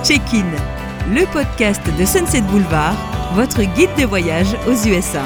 Check-in, le podcast de Sunset Boulevard, votre guide de voyage aux USA.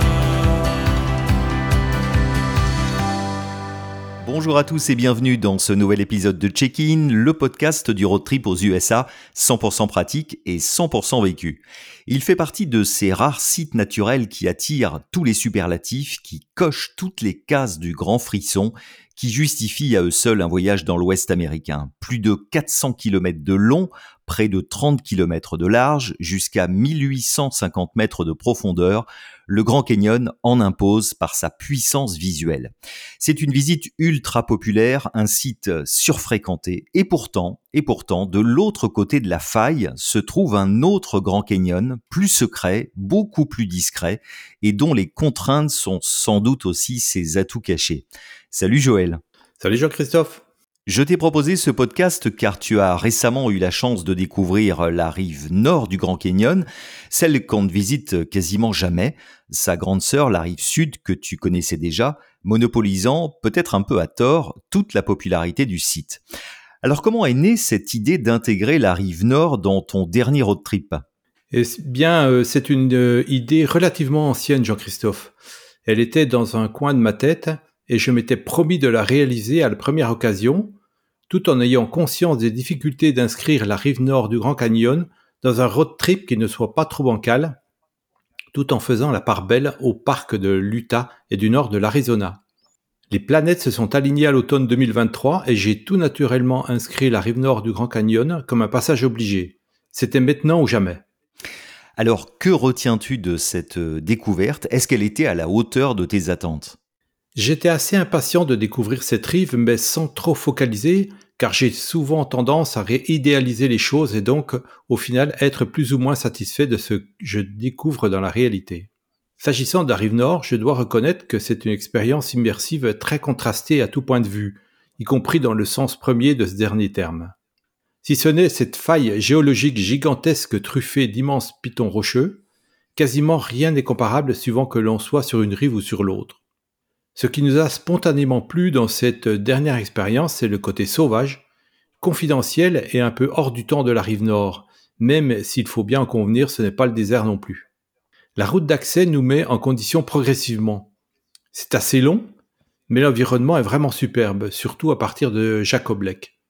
Bonjour à tous et bienvenue dans ce nouvel épisode de Check-in, le podcast du road trip aux USA, 100% pratique et 100% vécu. Il fait partie de ces rares sites naturels qui attirent tous les superlatifs, qui cochent toutes les cases du grand frisson, qui justifient à eux seuls un voyage dans l'Ouest américain. Plus de 400 km de long, près de 30 km de large, jusqu'à 1850 mètres de profondeur, le Grand Canyon en impose par sa puissance visuelle. C'est une visite ultra populaire, un site surfréquenté, et pourtant, de l'autre côté de la faille se trouve un autre Grand Canyon, plus secret, beaucoup plus discret, et dont les contraintes sont sans doute aussi ses atouts cachés. Salut Joël. Salut Jean-Christophe. Je t'ai proposé ce podcast car tu as récemment eu la chance de découvrir la rive nord du Grand Canyon, celle qu'on ne visite quasiment jamais, sa grande sœur, la rive sud que tu connaissais déjà, monopolisant, peut-être un peu à tort, toute la popularité du site. Alors comment est née cette idée d'intégrer la rive nord dans ton dernier road trip ? C'est une idée relativement ancienne, Jean-Christophe. Elle était dans un coin de ma tête et je m'étais promis de la réaliser à la première occasion, tout en ayant conscience des difficultés d'inscrire la rive nord du Grand Canyon dans un road trip qui ne soit pas trop bancal, tout en faisant la part belle au parc de l'Utah et du nord de l'Arizona. Les planètes se sont alignées à l'automne 2023 et j'ai tout naturellement inscrit la rive nord du Grand Canyon comme un passage obligé. C'était maintenant ou jamais. Alors, que retiens-tu de cette découverte ? Est-ce qu'elle était à la hauteur de tes attentes ? J'étais assez impatient de découvrir cette rive, mais sans trop focaliser, car j'ai souvent tendance à réidéaliser les choses et donc, au final, être plus ou moins satisfait de ce que je découvre dans la réalité. S'agissant de la rive nord, je dois reconnaître que c'est une expérience immersive très contrastée à tout point de vue, y compris dans le sens premier de ce dernier terme. Si ce n'est cette faille géologique gigantesque truffée d'immenses pitons rocheux, quasiment rien n'est comparable suivant que l'on soit sur une rive ou sur l'autre. Ce qui nous a spontanément plu dans cette dernière expérience, c'est le côté sauvage, confidentiel et un peu hors du temps de la rive nord, même s'il faut bien en convenir, ce n'est pas le désert non plus. La route d'accès nous met en condition progressivement. C'est assez long, mais l'environnement est vraiment superbe, surtout à partir de Jacob Lake.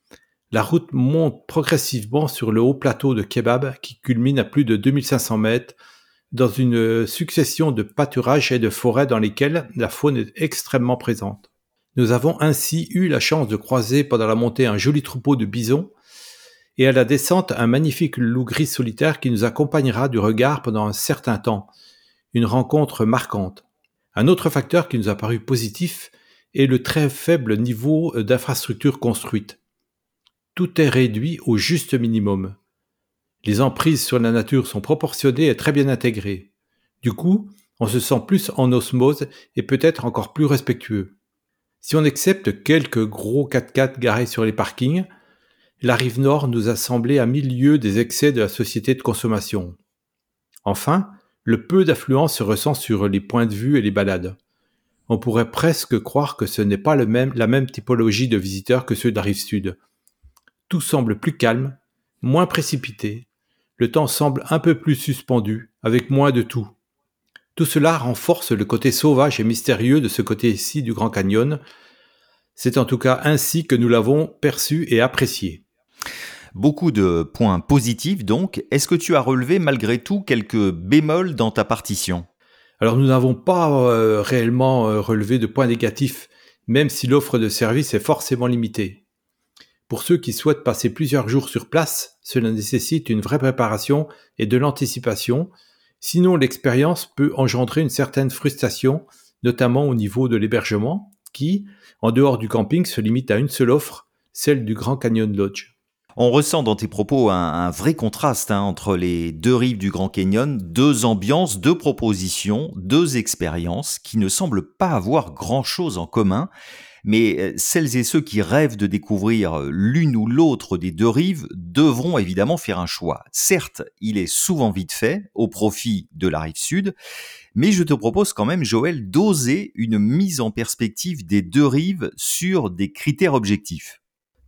La route monte progressivement sur le haut plateau de Kebab qui culmine à plus de 2500 mètres dans une succession de pâturages et de forêts dans lesquelles la faune est extrêmement présente. Nous avons ainsi eu la chance de croiser pendant la montée un joli troupeau de bisons et à la descente un magnifique loup gris solitaire qui nous accompagnera du regard pendant un certain temps, une rencontre marquante. Un autre facteur qui nous a paru positif est le très faible niveau d'infrastructures construites. Tout est réduit au juste minimum. Les emprises sur la nature sont proportionnées et très bien intégrées. Du coup, on se sent plus en osmose et peut-être encore plus respectueux. Si on accepte quelques gros 4x4 garés sur les parkings, la rive nord nous a semblé à milieu des excès de la société de consommation. Enfin, le peu d'affluence se ressent sur les points de vue et les balades. On pourrait presque croire que ce n'est pas la même typologie de visiteurs que ceux de la rive sud. Tout semble plus calme, moins précipité. Le temps semble un peu plus suspendu, avec moins de tout. Tout cela renforce le côté sauvage et mystérieux de ce côté-ci du Grand Canyon. C'est en tout cas ainsi que nous l'avons perçu et apprécié. Beaucoup de points positifs donc. Est-ce que tu as relevé malgré tout quelques bémols dans ta partition ? Alors nous n'avons pas réellement relevé de points négatifs, même si l'offre de service est forcément limitée. Pour ceux qui souhaitent passer plusieurs jours sur place, cela nécessite une vraie préparation et de l'anticipation, sinon l'expérience peut engendrer une certaine frustration, notamment au niveau de l'hébergement, qui, en dehors du camping, se limite à une seule offre, celle du Grand Canyon Lodge. On ressent dans tes propos un vrai contraste entre les deux rives du Grand Canyon, deux ambiances, deux propositions, deux expériences qui ne semblent pas avoir grand-chose en commun. Mais celles et ceux qui rêvent de découvrir l'une ou l'autre des deux rives devront évidemment faire un choix. Certes, il est souvent vite fait, au profit de la rive sud, mais je te propose quand même, Joël, d'oser une mise en perspective des deux rives sur des critères objectifs.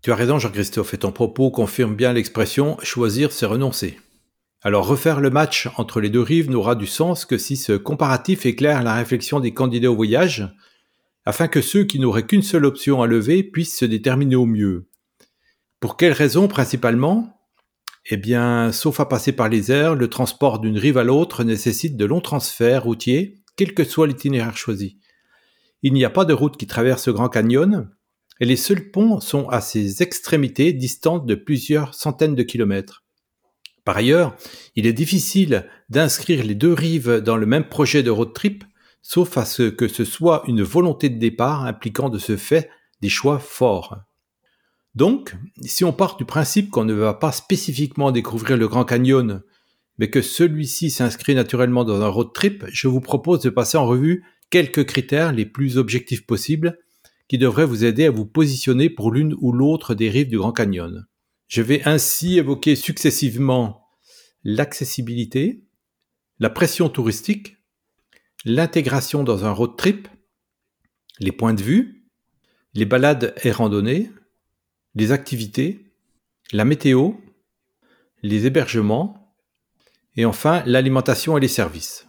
Tu as raison Jean-Christophe, et ton propos confirme bien l'expression « choisir, c'est renoncer ». Alors refaire le match entre les deux rives n'aura du sens que si ce comparatif éclaire la réflexion des candidats au voyage, afin que ceux qui n'auraient qu'une seule option à lever puissent se déterminer au mieux. Pour quelles raisons principalement ? Eh bien, sauf à passer par les airs, le transport d'une rive à l'autre nécessite de longs transferts routiers, quel que soit l'itinéraire choisi. Il n'y a pas de route qui traverse le Grand Canyon, et les seuls ponts sont à ses extrémités distantes de plusieurs centaines de kilomètres. Par ailleurs, il est difficile d'inscrire les deux rives dans le même projet de road trip, sauf à ce que ce soit une volonté de départ impliquant de ce fait des choix forts. Donc, si on part du principe qu'on ne va pas spécifiquement découvrir le Grand Canyon, mais que celui-ci s'inscrit naturellement dans un road trip, je vous propose de passer en revue quelques critères les plus objectifs possibles qui devraient vous aider à vous positionner pour l'une ou l'autre des rives du Grand Canyon. Je vais ainsi évoquer successivement l'accessibilité, la pression touristique, l'intégration dans un road trip, les points de vue, les balades et randonnées, les activités, la météo, les hébergements et enfin l'alimentation et les services.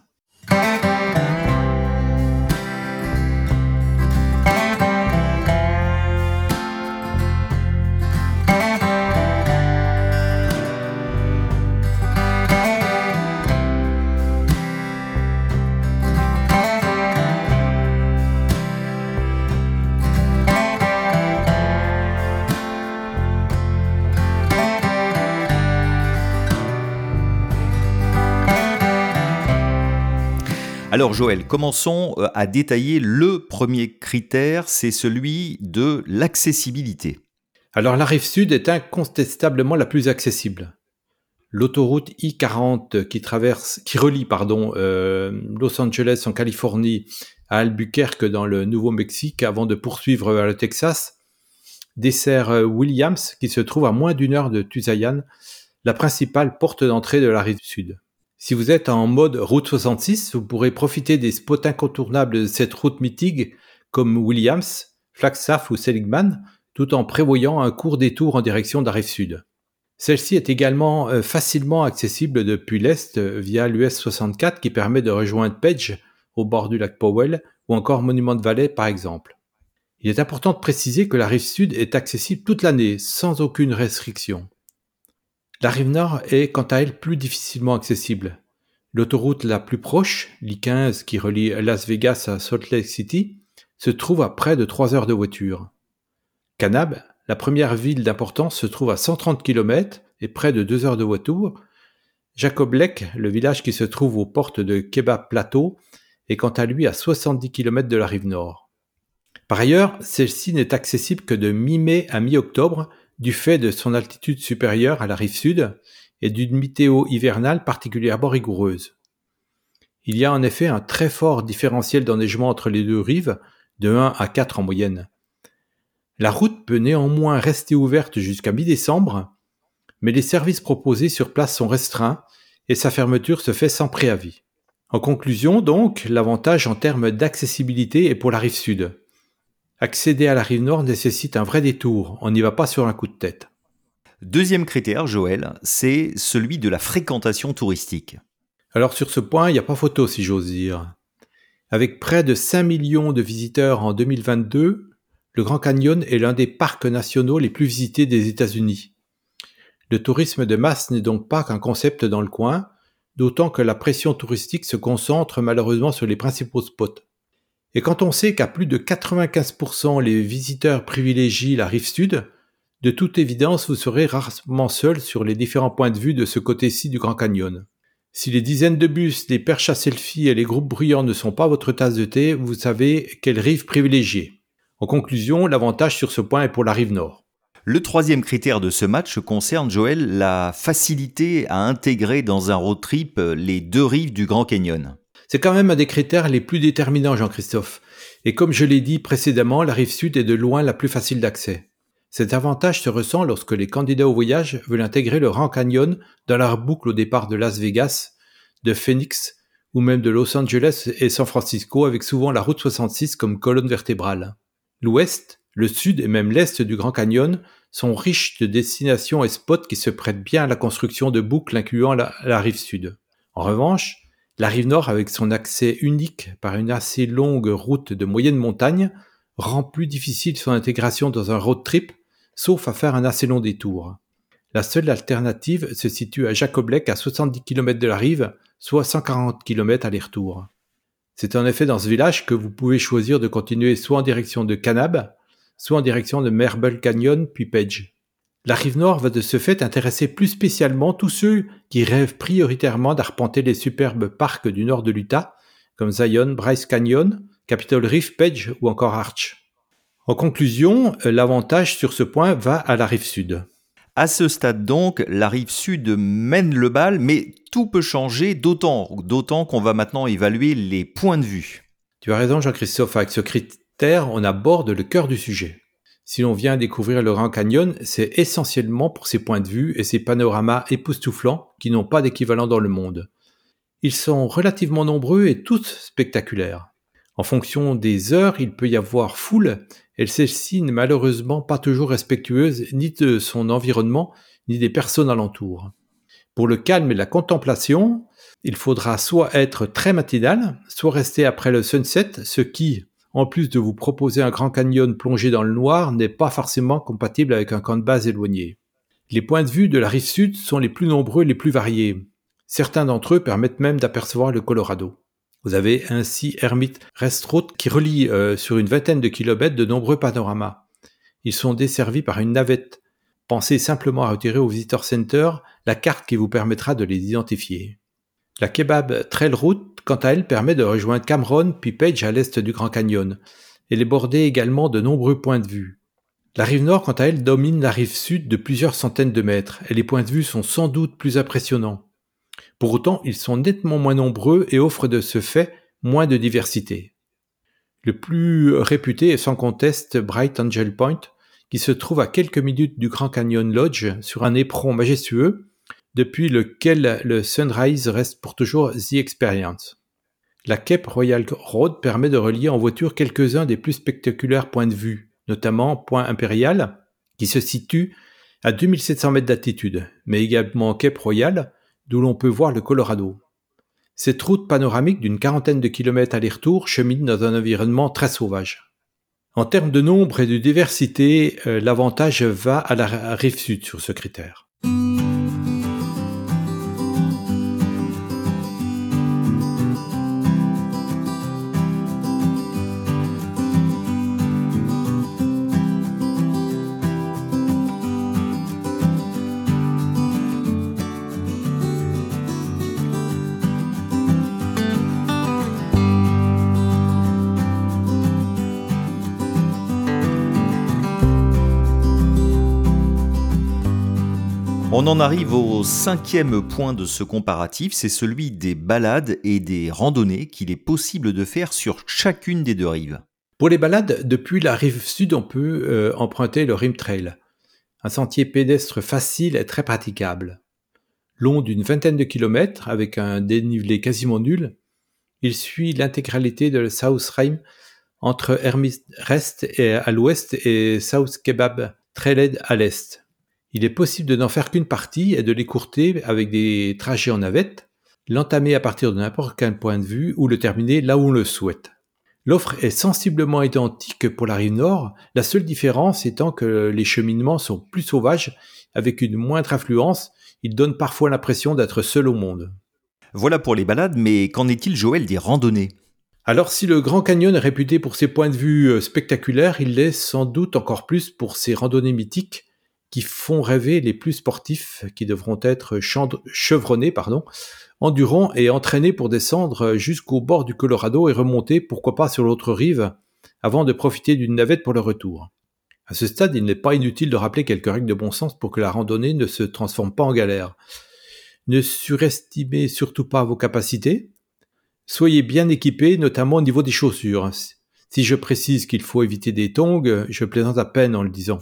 Alors Joël, commençons à détailler le premier critère, c'est celui de l'accessibilité. Alors la rive sud est incontestablement la plus accessible. L'autoroute I-40 qui relie Los Angeles en Californie à Albuquerque dans le Nouveau-Mexique avant de poursuivre vers le Texas dessert Williams qui se trouve à moins d'1 heure de Tusayan, la principale porte d'entrée de la rive sud. Si vous êtes en mode route 66, vous pourrez profiter des spots incontournables de cette route mythique comme Williams, Flagstaff ou Seligman, tout en prévoyant un court détour en direction de la rive sud. Celle-ci est également facilement accessible depuis l'est via l'US 64 qui permet de rejoindre Page au bord du lac Powell ou encore Monument Valley par exemple. Il est important de préciser que la rive sud est accessible toute l'année sans aucune restriction. La rive nord est quant à elle plus difficilement accessible. L'autoroute la plus proche, l'I-15 qui relie Las Vegas à Salt Lake City, se trouve à près de 3 heures de voiture. Kanab, la première ville d'importance, se trouve à 130 km et près de 2 heures de voiture. Jacob Lake, le village qui se trouve aux portes de Kebab Plateau, est quant à lui à 70 km de la rive nord. Par ailleurs, celle-ci n'est accessible que de mi-mai à mi-octobre, du fait de son altitude supérieure à la rive sud et d'une météo hivernale particulièrement rigoureuse. Il y a en effet un très fort différentiel d'enneigement entre les deux rives, de 1 à 4 en moyenne. La route peut néanmoins rester ouverte jusqu'à mi-décembre, mais les services proposés sur place sont restreints et sa fermeture se fait sans préavis. En conclusion donc, l'avantage en termes d'accessibilité est pour la rive sud. Accéder à la rive nord nécessite un vrai détour, on n'y va pas sur un coup de tête. Deuxième critère, Joël, c'est celui de la fréquentation touristique. Alors sur ce point, il n'y a pas photo si j'ose dire. Avec près de 5 millions de visiteurs en 2022, le Grand Canyon est l'un des parcs nationaux les plus visités des États-Unis. Le tourisme de masse n'est donc pas qu'un concept dans le coin, d'autant que la pression touristique se concentre malheureusement sur les principaux spots. Et quand on sait qu'à plus de 95% les visiteurs privilégient la rive sud, de toute évidence vous serez rarement seul sur les différents points de vue de ce côté-ci du Grand Canyon. Si les dizaines de bus, les perches à selfie et les groupes bruyants ne sont pas votre tasse de thé, vous savez quelle rive privilégier. En conclusion, l'avantage sur ce point est pour la rive nord. Le troisième critère de ce match concerne, Joël, la facilité à intégrer dans un road trip les deux rives du Grand Canyon. C'est quand même un des critères les plus déterminants, Jean-Christophe. Et comme je l'ai dit précédemment, la rive sud est de loin la plus facile d'accès. Cet avantage se ressent lorsque les candidats au voyage veulent intégrer le Grand Canyon dans leur boucle au départ de Las Vegas, de Phoenix ou même de Los Angeles et San Francisco avec souvent la route 66 comme colonne vertébrale. L'ouest Le sud et même l'est du Grand Canyon sont riches de destinations et spots qui se prêtent bien à la construction de boucles incluant la rive sud. En revanche, la rive nord, avec son accès unique par une assez longue route de moyenne montagne, rend plus difficile son intégration dans un road trip, sauf à faire un assez long détour. La seule alternative se situe à Jacob Lake à 70 km de la rive, soit 140 km aller-retour. C'est en effet dans ce village que vous pouvez choisir de continuer soit en direction de Kanab, soit en direction de Marble Canyon puis Page. La rive nord va de ce fait intéresser plus spécialement tous ceux qui rêvent prioritairement d'arpenter les superbes parcs du nord de l'Utah, comme Zion, Bryce Canyon, Capitol Reef, Page ou encore Arch. En conclusion, l'avantage sur ce point va à la rive sud. À ce stade donc, la rive sud mène le bal, mais tout peut changer, d'autant qu'on va maintenant évaluer les points de vue. Tu as raison Jean-Christophe, avec ce critère, on aborde le cœur du sujet. Si l'on vient découvrir le Grand Canyon, c'est essentiellement pour ses points de vue et ses panoramas époustouflants qui n'ont pas d'équivalent dans le monde. Ils sont relativement nombreux et tous spectaculaires. En fonction des heures, il peut y avoir foule, et celle-ci n'est malheureusement pas toujours respectueuse ni de son environnement, ni des personnes alentour. Pour le calme et la contemplation, il faudra soit être très matinal, soit rester après le sunset, ce qui, en plus de vous proposer un Grand Canyon plongé dans le noir, n'est pas forcément compatible avec un camp de base éloigné. Les points de vue de la rive sud sont les plus nombreux et les plus variés. Certains d'entre eux permettent même d'apercevoir le Colorado. Vous avez ainsi Hermit Rest Road qui relie sur une vingtaine de kilomètres de nombreux panoramas. Ils sont desservis par une navette. Pensez simplement à retirer au Visitor Center la carte qui vous permettra de les identifier. La Kebab Trail Route, quant à elle, permet de rejoindre Cameron puis Page à l'est du Grand Canyon. Elle est bordée également de nombreux points de vue. La rive nord, quant à elle, domine la rive sud de plusieurs centaines de mètres, et les points de vue sont sans doute plus impressionnants. Pour autant, ils sont nettement moins nombreux et offrent de ce fait moins de diversité. Le plus réputé est sans conteste Bright Angel Point, qui se trouve à quelques minutes du Grand Canyon Lodge sur un éperon majestueux, depuis lequel le sunrise reste pour toujours The Experience. La Cape Royal Road permet de relier en voiture quelques-uns des plus spectaculaires points de vue, notamment Point Impérial, qui se situe à 2700 mètres d'altitude, mais également Cape Royal, d'où l'on peut voir le Colorado. Cette route panoramique d'une quarantaine de kilomètres aller-retour chemine dans un environnement très sauvage. En termes de nombre et de diversité, l'avantage va à la rive sud sur ce critère. On en arrive au 5e point de ce comparatif, c'est celui des balades et des randonnées qu'il est possible de faire sur chacune des deux rives. Pour les balades, depuis la rive sud, on peut emprunter le Rim Trail, un sentier pédestre facile et très praticable. Long d'une vingtaine de kilomètres, avec un dénivelé quasiment nul, il suit l'intégralité de South Rim entre Hermit Rest à l'ouest et South Kebab Trailhead à l'est. Il est possible de n'en faire qu'une partie et de l'écourter avec des trajets en navette, l'entamer à partir de n'importe quel point de vue ou le terminer là où on le souhaite. L'offre est sensiblement identique pour la rive nord, la seule différence étant que les cheminements sont plus sauvages, avec une moindre affluence, ils donnent parfois l'impression d'être seuls au monde. Voilà pour les balades, mais qu'en est-il, Joël, des randonnées ? Alors si le Grand Canyon est réputé pour ses points de vue spectaculaires, il l'est sans doute encore plus pour ses randonnées mythiques, qui font rêver les plus sportifs, qui devront être chevronnés, endurants et entraînés pour descendre jusqu'au bord du Colorado et remonter, pourquoi pas sur l'autre rive, avant de profiter d'une navette pour le retour. À ce stade, il n'est pas inutile de rappeler quelques règles de bon sens pour que la randonnée ne se transforme pas en galère. Ne surestimez surtout pas vos capacités. Soyez bien équipés, notamment au niveau des chaussures. Si je précise qu'il faut éviter des tongs, je plaisante à peine en le disant.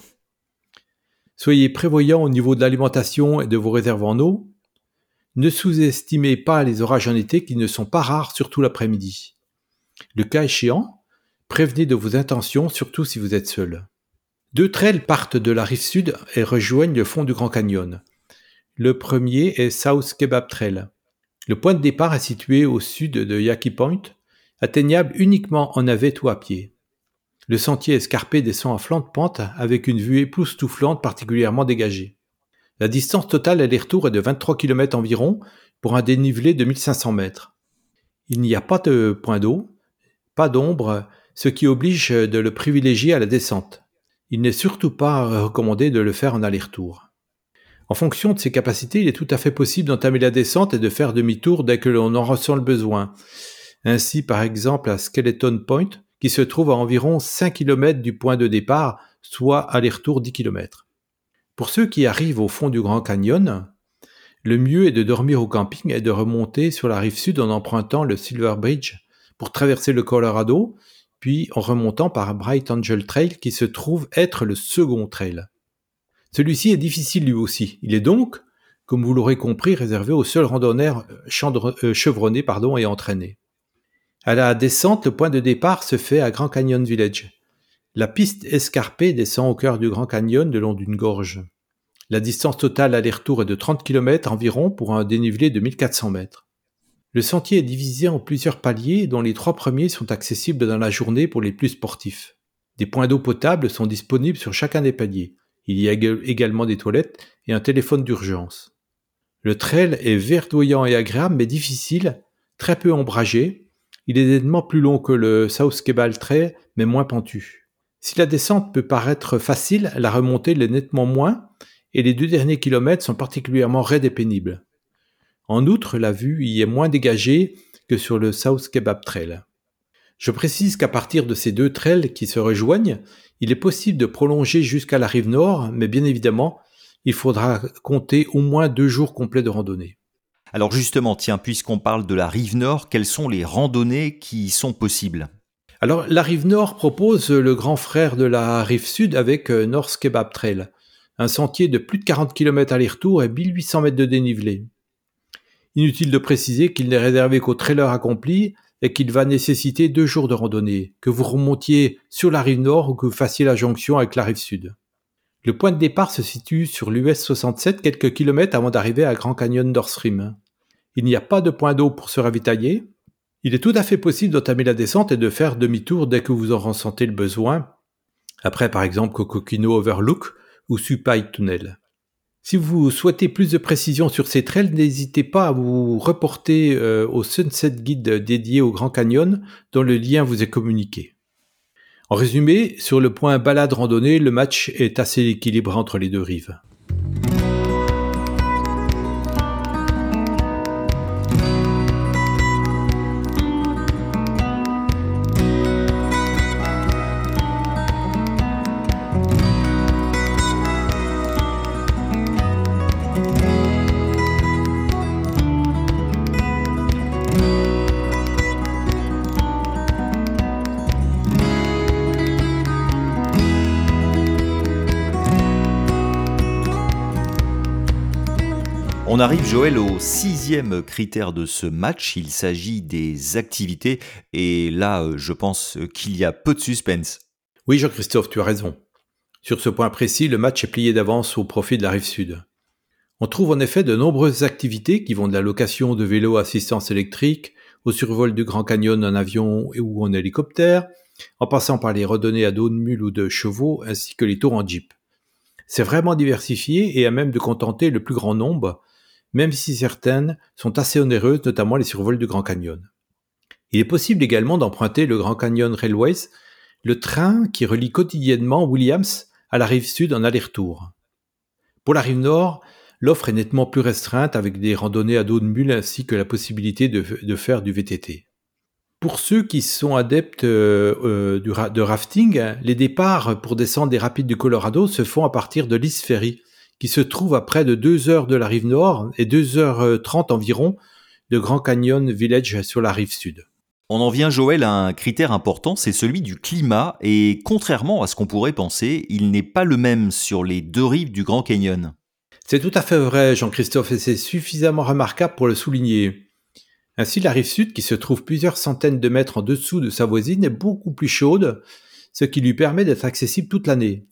Soyez prévoyants au niveau de l'alimentation et de vos réserves en eau. Ne sous-estimez pas les orages en été qui ne sont pas rares, surtout l'après-midi. Le cas échéant, prévenez de vos intentions, surtout si vous êtes seul. 2 trails partent de la rive sud et rejoignent le fond du Grand Canyon. Le premier est South Kebab Trail. Le point de départ est situé au sud de Yaqui Point, atteignable uniquement en navette ou à pied. Le sentier escarpé descend à flanc de pente avec une vue époustouflante particulièrement dégagée. La distance totale aller-retour est de 23 km environ pour un dénivelé de 1500 mètres. Il n'y a pas de point d'eau, pas d'ombre, ce qui oblige de le privilégier à la descente. Il n'est surtout pas recommandé de le faire en aller-retour. En fonction de ses capacités, il est tout à fait possible d'entamer la descente et de faire demi-tour dès que l'on en ressent le besoin. Ainsi, par exemple, à Skeleton Point, qui se trouve à environ 5 km du point de départ, soit aller-retour 10 km. Pour ceux qui arrivent au fond du Grand Canyon, le mieux est de dormir au camping et de remonter sur la rive sud en empruntant le Silver Bridge pour traverser le Colorado, puis en remontant par Bright Angel Trail qui se trouve être le second trail. Celui-ci est difficile lui aussi. Il est donc, comme vous l'aurez compris, réservé aux seuls randonneurs chevronnés et entraînés. À la descente, le point de départ se fait à Grand Canyon Village. La piste escarpée descend au cœur du Grand Canyon le long d'une gorge. La distance totale aller-retour est de 30 km environ pour un dénivelé de 1400 mètres. Le sentier est divisé en plusieurs paliers dont les 3 premiers sont accessibles dans la journée pour les plus sportifs. Des points d'eau potable sont disponibles sur chacun des paliers. Il y a également des toilettes et un téléphone d'urgence. Le trail est verdoyant et agréable mais difficile, très peu ombragé. Il est nettement plus long que le South Kebab Trail mais moins pentu. Si la descente peut paraître facile, la remontée l'est nettement moins et les 2 derniers kilomètres sont particulièrement raides et pénibles. En outre, la vue y est moins dégagée que sur le South Kebab Trail. Je précise qu'à partir de ces 2 trails qui se rejoignent, il est possible de prolonger jusqu'à la rive nord, mais bien évidemment, il faudra compter au moins 2 jours complets de randonnée. Alors justement, tiens, puisqu'on parle de la rive nord, quelles sont les randonnées qui y sont possibles ? Alors, la rive nord propose le grand frère de la rive sud avec North Kebab Trail, un sentier de plus de 40 km aller-retour et 1800 mètres de dénivelé. Inutile de préciser qu'il n'est réservé qu'aux trailers accomplis et qu'il va nécessiter 2 jours de randonnée, que vous remontiez sur la rive nord ou que vous fassiez la jonction avec la rive sud. Le point de départ se situe sur l'US 67, quelques kilomètres avant d'arriver à Grand Canyon Downstream. Il n'y a pas de point d'eau pour se ravitailler. Il est tout à fait possible d'entamer la descente et de faire demi-tour dès que vous en ressentez le besoin, après par exemple Coconino Overlook ou Supai Tunnel. Si vous souhaitez plus de précisions sur ces trails, n'hésitez pas à vous reporter au Sunset Guide dédié au Grand Canyon, dont le lien vous est communiqué. En résumé, sur le point balade-randonnée, le match est assez équilibré entre les 2 rives. On arrive, Joël, au 6e critère de ce match. Il s'agit des activités. Et là, je pense qu'il y a peu de suspense. Oui, Jean-Christophe, tu as raison. Sur ce point précis, le match est plié d'avance au profit de la rive sud. On trouve en effet de nombreuses activités qui vont de la location de vélos à assistance électrique, au survol du Grand Canyon en avion ou en hélicoptère, en passant par les randonnées à dos de mule ou de chevaux, ainsi que les tours en jeep. C'est vraiment diversifié et à même de contenter le plus grand nombre, même si certaines sont assez onéreuses, notamment les survols du Grand Canyon. Il est possible également d'emprunter le Grand Canyon Railways, le train qui relie quotidiennement Williams à la rive sud en aller-retour. Pour la rive nord, l'offre est nettement plus restreinte avec des randonnées à dos de mule ainsi que la possibilité de faire du VTT. Pour ceux qui sont adeptes de rafting, les départs pour descendre des rapides du Colorado se font à partir de l'East Ferry, qui se trouve à près de 2 heures de la rive nord et 2h30 environ de Grand Canyon Village sur la rive sud. On en vient, Joël, à un critère important, c'est celui du climat. Et contrairement à ce qu'on pourrait penser, il n'est pas le même sur les 2 rives du Grand Canyon. C'est tout à fait vrai, Jean-Christophe, et c'est suffisamment remarquable pour le souligner. Ainsi, la rive sud, qui se trouve plusieurs centaines de mètres en dessous de sa voisine, est beaucoup plus chaude, ce qui lui permet d'être accessible toute l'année.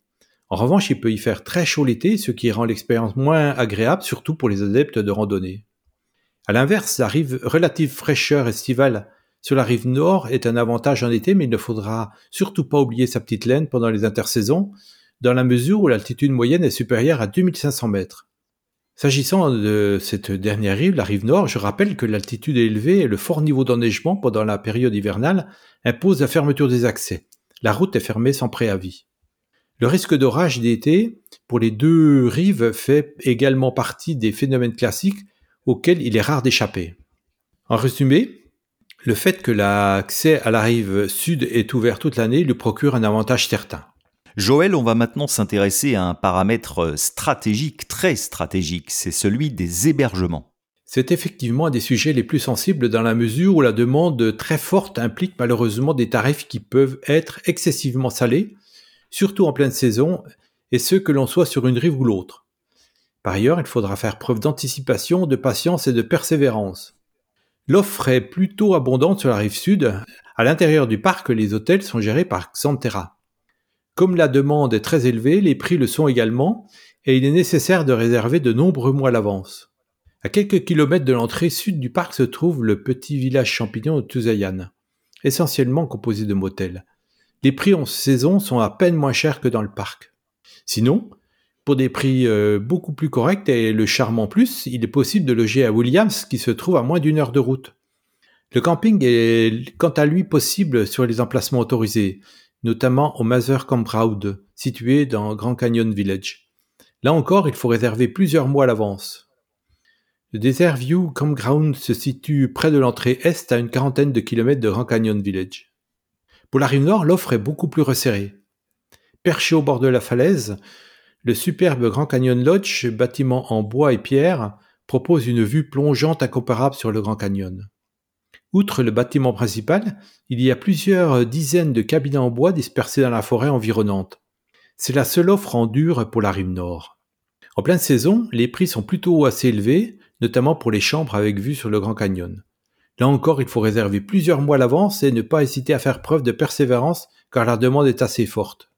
En revanche, il peut y faire très chaud l'été, ce qui rend l'expérience moins agréable, surtout pour les adeptes de randonnée. À l'inverse, la relative fraîcheur estivale sur la rive nord est un avantage en été, mais il ne faudra surtout pas oublier sa petite laine pendant les intersaisons, dans la mesure où l'altitude moyenne est supérieure à 2500 mètres. S'agissant de cette dernière rive, la rive nord, je rappelle que l'altitude est élevée et le fort niveau d'enneigement pendant la période hivernale impose la fermeture des accès. La route est fermée sans préavis. Le risque d'orage d'été pour les deux rives fait également partie des phénomènes classiques auxquels il est rare d'échapper. En résumé, le fait que l'accès à la rive sud est ouvert toute l'année lui procure un avantage certain. Joël, on va maintenant s'intéresser à un paramètre stratégique, très stratégique, c'est celui des hébergements. C'est effectivement un des sujets les plus sensibles dans la mesure où la demande très forte implique malheureusement des tarifs qui peuvent être excessivement salés, surtout en pleine saison, et ce que l'on soit sur une rive ou l'autre. Par ailleurs, il faudra faire preuve d'anticipation, de patience et de persévérance. L'offre est plutôt abondante sur la rive sud. À l'intérieur du parc, les hôtels sont gérés par Xanterra. Comme la demande est très élevée, les prix le sont également, et il est nécessaire de réserver de nombreux mois à l'avance. À quelques kilomètres de l'entrée sud du parc se trouve le petit village champignon de Tusayan, essentiellement composé de motels. Les prix en saison sont à peine moins chers que dans le parc. Sinon, pour des prix beaucoup plus corrects et le charme en plus, il est possible de loger à Williams qui se trouve à moins d'1 heure de route. Le camping est quant à lui possible sur les emplacements autorisés, notamment au Mather Campground, situé dans Grand Canyon Village. Là encore, il faut réserver plusieurs mois à l'avance. Le Desert View Campground se situe près de l'entrée est à une quarantaine de kilomètres de Grand Canyon Village. Pour la rive nord, l'offre est beaucoup plus resserrée. Perché au bord de la falaise, le superbe Grand Canyon Lodge, bâtiment en bois et pierre, propose une vue plongeante incomparable sur le Grand Canyon. Outre le bâtiment principal, il y a plusieurs dizaines de cabinets en bois dispersés dans la forêt environnante. C'est la seule offre en dur pour la rive nord. En pleine saison, les prix sont plutôt assez élevés, notamment pour les chambres avec vue sur le Grand Canyon. Là encore, il faut réserver plusieurs mois à l'avance et ne pas hésiter à faire preuve de persévérance car la demande est assez forte.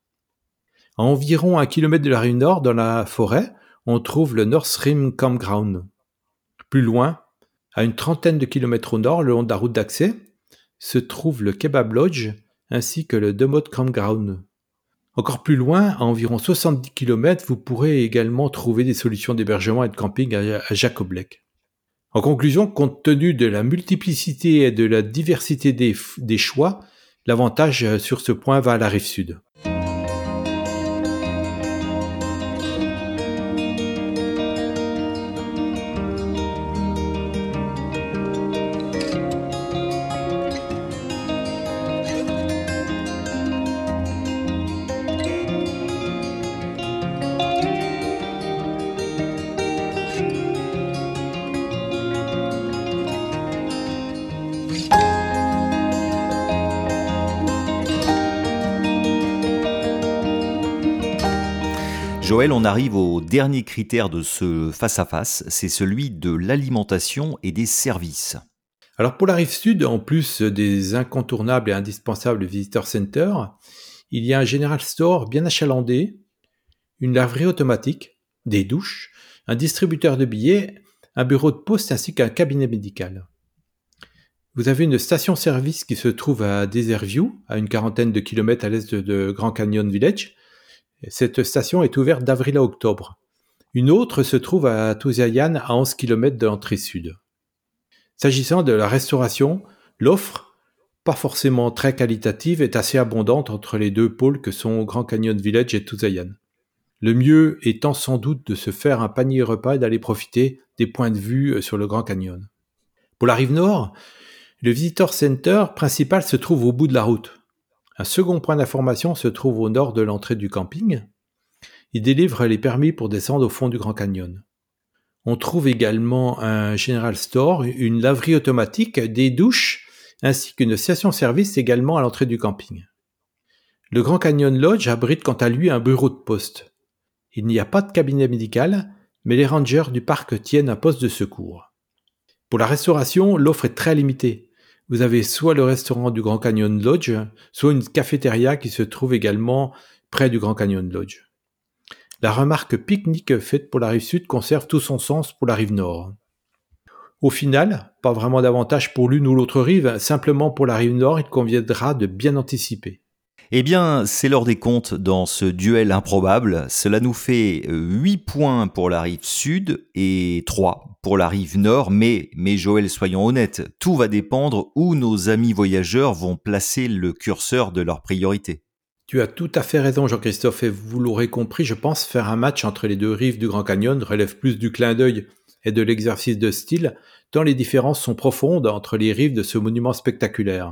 À environ 1 kilomètre de la rive nord, dans la forêt, on trouve le North Rim Campground. Plus loin, à une trentaine de kilomètres au nord, le long de la route d'accès, se trouve le Kebab Lodge ainsi que le Demot Campground. Encore plus loin, à environ 70 km, vous pourrez également trouver des solutions d'hébergement et de camping à Jacob Lake. En conclusion, compte tenu de la multiplicité et de la diversité des choix, l'avantage sur ce point va à la rive sud. Joël, on arrive au dernier critère de ce face-à-face, c'est celui de l'alimentation et des services. Alors pour la rive sud, en plus des incontournables et indispensables Visitor Center, il y a un General Store bien achalandé, une laverie automatique, des douches, un distributeur de billets, un bureau de poste ainsi qu'un cabinet médical. Vous avez une station-service qui se trouve à Desert View, à une quarantaine de kilomètres à l'est de Grand Canyon Village. Cette station est ouverte d'avril à octobre. Une autre se trouve à Tusayan, à 11 km de l'entrée sud. S'agissant de la restauration, l'offre, pas forcément très qualitative, est assez abondante entre les deux pôles que sont Grand Canyon Village et Tusayan. Le mieux étant sans doute de se faire un panier repas et d'aller profiter des points de vue sur le Grand Canyon. Pour la rive nord, le Visitor Center principal se trouve au bout de la route. Un second point d'information se trouve au nord de l'entrée du camping. Il délivre les permis pour descendre au fond du Grand Canyon. On trouve également un General Store, une laverie automatique, des douches, ainsi qu'une station-service également à l'entrée du camping. Le Grand Canyon Lodge abrite quant à lui un bureau de poste. Il n'y a pas de cabinet médical, mais les rangers du parc tiennent un poste de secours. Pour la restauration, l'offre est très limitée. Vous avez soit le restaurant du Grand Canyon Lodge, soit une cafétéria qui se trouve également près du Grand Canyon Lodge. La remarque pique-nique faite pour la rive sud conserve tout son sens pour la rive nord. Au final, pas vraiment d'avantage pour l'une ou l'autre rive, simplement pour la rive nord, il conviendra de bien anticiper. Eh bien, c'est l'heure des comptes dans ce duel improbable. Cela nous fait 8 points pour la rive sud et 3 pour la rive nord. Mais Joël, soyons honnêtes, tout va dépendre où nos amis voyageurs vont placer le curseur de leur priorité. Tu as tout à fait raison, Jean-Christophe, et vous l'aurez compris, je pense faire un match entre les deux rives du Grand Canyon relève plus du clin d'œil et de l'exercice de style, tant les différences sont profondes entre les rives de ce monument spectaculaire.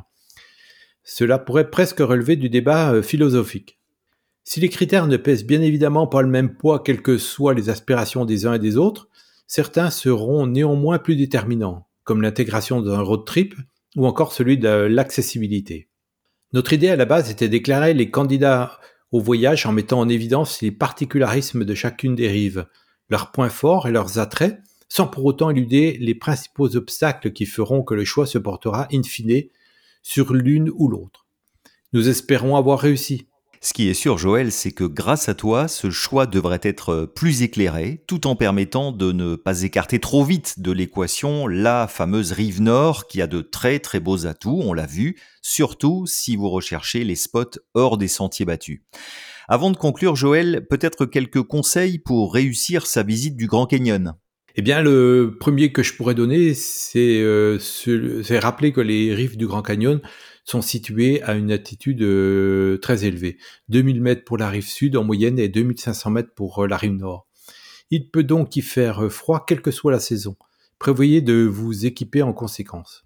Cela pourrait presque relever du débat philosophique. Si les critères ne pèsent bien évidemment pas le même poids quelles que soient les aspirations des uns et des autres, certains seront néanmoins plus déterminants, comme l'intégration d'un road trip ou encore celui de l'accessibilité. Notre idée à la base était d'éclairer les candidats au voyage en mettant en évidence les particularismes de chacune des rives, leurs points forts et leurs attraits, sans pour autant éluder les principaux obstacles qui feront que le choix se portera in fine sur l'une ou l'autre. Nous espérons avoir réussi. Ce qui est sûr, Joël, c'est que grâce à toi, ce choix devrait être plus éclairé, tout en permettant de ne pas écarter trop vite de l'équation la fameuse rive nord qui a de très très beaux atouts, on l'a vu, surtout si vous recherchez les spots hors des sentiers battus. Avant de conclure, Joël, peut-être quelques conseils pour réussir sa visite du Grand Canyon. Eh bien, le premier que je pourrais donner, c'est rappeler que les rives du Grand Canyon sont situées à une altitude très élevée. 2000 mètres pour la rive sud en moyenne et 2500 mètres pour la rive nord. Il peut donc y faire froid quelle que soit la saison. Prévoyez de vous équiper en conséquence.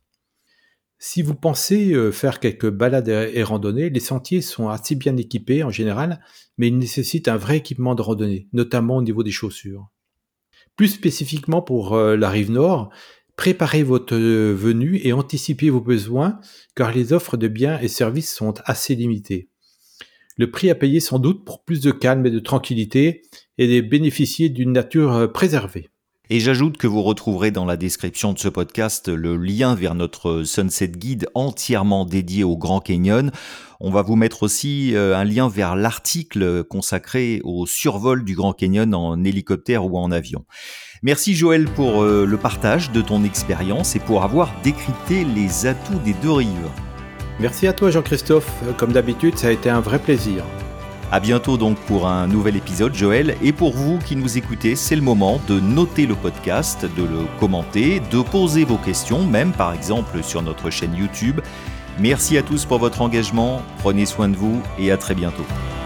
Si vous pensez faire quelques balades et randonnées, les sentiers sont assez bien équipés en général, mais ils nécessitent un vrai équipement de randonnée, notamment au niveau des chaussures. Plus spécifiquement pour la rive nord, préparez votre venue et anticipez vos besoins car les offres de biens et services sont assez limitées. Le prix à payer sans doute pour plus de calme et de tranquillité et de bénéficier d'une nature préservée. Et j'ajoute que vous retrouverez dans la description de ce podcast le lien vers notre Sunset Guide entièrement dédié au Grand Canyon. On va vous mettre aussi un lien vers l'article consacré au survol du Grand Canyon en hélicoptère ou en avion. Merci Joël pour le partage de ton expérience et pour avoir décrypté les atouts des deux rives. Merci à toi Jean-Christophe, comme d'habitude ça a été un vrai plaisir. À bientôt donc pour un nouvel épisode Joël, et pour vous qui nous écoutez, c'est le moment de noter le podcast, de le commenter, de poser vos questions, même par exemple sur notre chaîne YouTube. Merci à tous pour votre engagement, prenez soin de vous et à très bientôt.